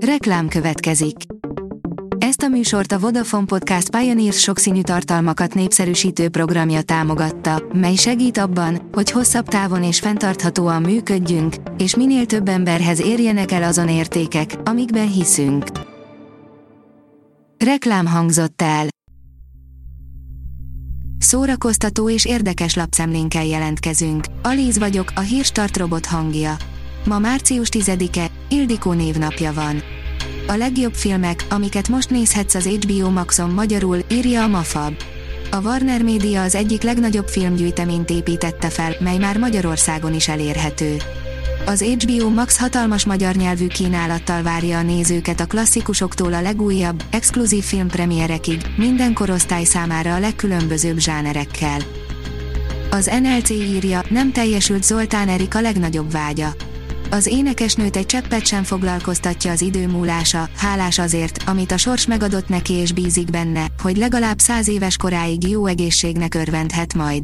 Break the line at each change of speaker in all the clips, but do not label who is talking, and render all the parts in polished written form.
Reklám következik. Ezt a műsort a Vodafone Podcast Pioneers sokszínű tartalmakat népszerűsítő programja támogatta, mely segít abban, hogy hosszabb távon és fenntarthatóan működjünk, és minél több emberhez érjenek el azon értékek, amikben hiszünk. Reklám hangzott el. Szórakoztató és érdekes lapszemlénkkel jelentkezünk. Alíz vagyok, a Hírstart robot hangja. Ma március 10-e, Ildikó névnapja van. A legjobb filmek, amiket most nézhetsz az HBO Maxon magyarul, írja a Mafab. A Warner Media az egyik legnagyobb filmgyűjteményt építette fel, mely már Magyarországon is elérhető. Az HBO Max hatalmas magyar nyelvű kínálattal várja a nézőket a klasszikusoktól a legújabb, exkluzív filmpremierekig, minden korosztály számára a legkülönbözőbb zsánerekkel. Az NLC írja, nem teljesült Zoltán Erika legnagyobb vágya. Az énekesnőt egy cseppet sem foglalkoztatja az idő múlása, hálás azért, amit a sors megadott neki, és bízik benne, hogy legalább 100 éves koráig jó egészségnek örvendhet majd.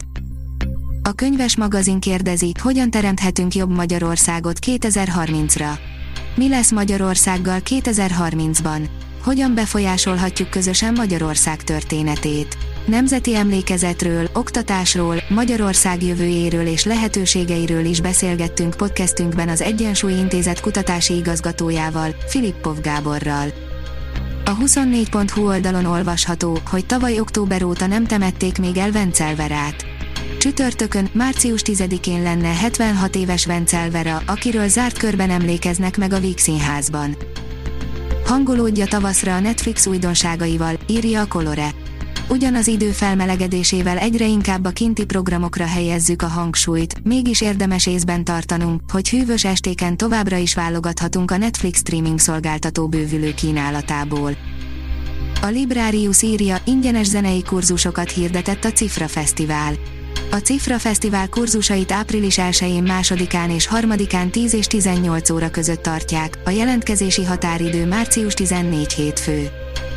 A Könyves magazin kérdezi, hogyan teremthetünk jobb Magyarországot 2030-ra. Mi lesz Magyarországgal 2030-ban? Hogyan befolyásolhatjuk közösen Magyarország történetét? Nemzeti emlékezetről, oktatásról, Magyarország jövőjéről és lehetőségeiről is beszélgettünk podcastünkben az Egyensúly Intézet kutatási igazgatójával, Filippov Gáborral. A 24.hu oldalon olvasható, hogy tavaly október óta nem temették még el Vencel-Verát. Csütörtökön, március 10-én lenne 76 éves Vencel-Vera, akiről zárt körben emlékeznek meg a Víg Színházban. Hangolódj a tavaszra a Netflix újdonságaival, írja a Colore. Ugyanaz idő felmelegedésével egyre inkább a kinti programokra helyezzük a hangsúlyt, mégis érdemes észben tartanunk, hogy hűvös estéken továbbra is válogathatunk a Netflix streaming szolgáltató bővülő kínálatából. A Librarius írja, ingyenes zenei kurzusokat hirdetett a Cifra Fesztivál. A Cifra Fesztivál kurzusait április 1-én, 2-án és 3-án 10 és 18 óra között tartják, a jelentkezési határidő március 14 hétfő.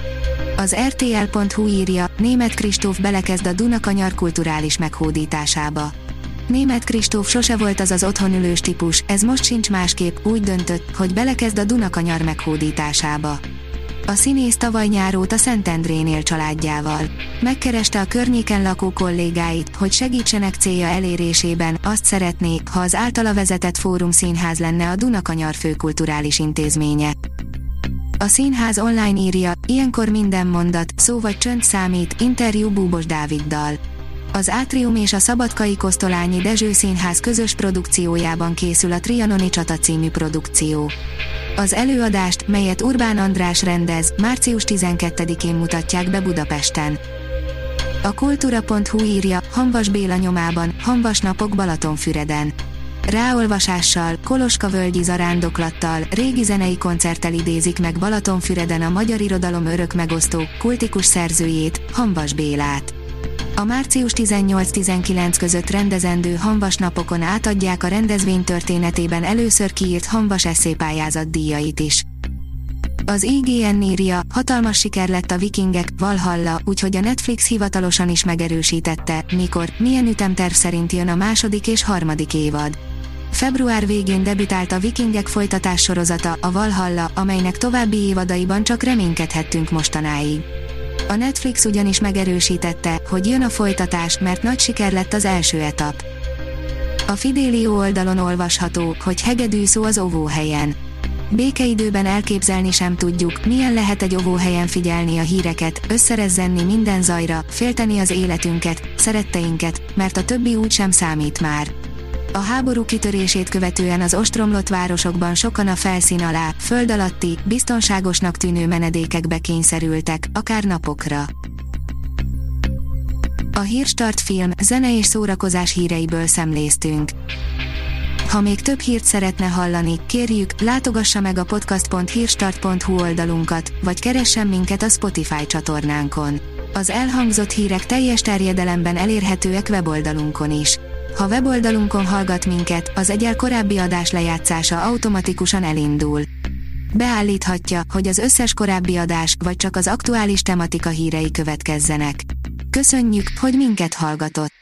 Az RTL.hu írja, Németh Kristóf belekezd a Duna-kanyar kulturális meghódításába. Németh Kristóf sose volt az otthonülős típus, ez most sincs másképp, úgy döntött, hogy belekezd a Duna-kanyar meghódításába. A színész tavaly nyár óta Szentendrén él családjával. Megkereste a környéken lakó kollégáit, hogy segítsenek célja elérésében, azt szeretné, ha az általa vezetett Fórum Színház lenne a Duna-kanyar főkulturális intézménye. A Színház online írja, ilyenkor minden mondat, szó vagy csönd számít, interjú Búbos Dáviddal. Az Átrium és a Szabadkai Kosztolányi Dezső Színház közös produkciójában készül a Trianoni csata című produkció. Az előadást, melyet Urbán András rendez, március 12-én mutatják be Budapesten. A kultúra.hu írja, Hamvas Béla nyomában, Hamvas napok Balatonfüreden. Ráolvasással, Koloska-völgyi zarándoklattal, régi zenei koncerttel idézik meg Balatonfüreden a magyar irodalom örökmegosztó, kultikus szerzőjét, Hamvas Bélát. A március 18-19 között rendezendő Hamvas napokon átadják a rendezvény történetében először kiírt Hamvas esszépályázat díjait is. Az IGN írja, hatalmas siker lett a Vikingek, Valhalla, úgyhogy a Netflix hivatalosan is megerősítette, mikor, milyen ütemterv szerint jön a második és harmadik évad. Február végén debütált a Vikingek folytatás sorozata, a Valhalla, amelynek további évadaiban csak reménykedhettünk mostanáig. A Netflix ugyanis megerősítette, hogy jön a folytatás, mert nagy siker lett az első etap. A Fidelio oldalon olvasható, hogy hegedű szó az óvóhelyen. Békeidőben elképzelni sem tudjuk, milyen lehet egy óvóhelyen figyelni a híreket, összerezzenni minden zajra, félteni az életünket, szeretteinket, mert a többi úgy sem számít már. A háború kitörését követően az ostromlott városokban sokan a felszín alá, föld alatti, biztonságosnak tűnő menedékekbe kényszerültek, akár napokra. A Hírstart film, zene és szórakozás híreiből szemléztünk. Ha még több hírt szeretne hallani, kérjük, látogassa meg a podcast.hírstart.hu oldalunkat, vagy keressen minket a Spotify csatornánkon. Az elhangzott hírek teljes terjedelemben elérhetőek weboldalunkon is. Ha weboldalunkon hallgat minket, az egyel korábbi adás lejátszása automatikusan elindul. Beállíthatja, hogy az összes korábbi adás, vagy csak az aktuális tematika hírei következzenek. Köszönjük, hogy minket hallgatott!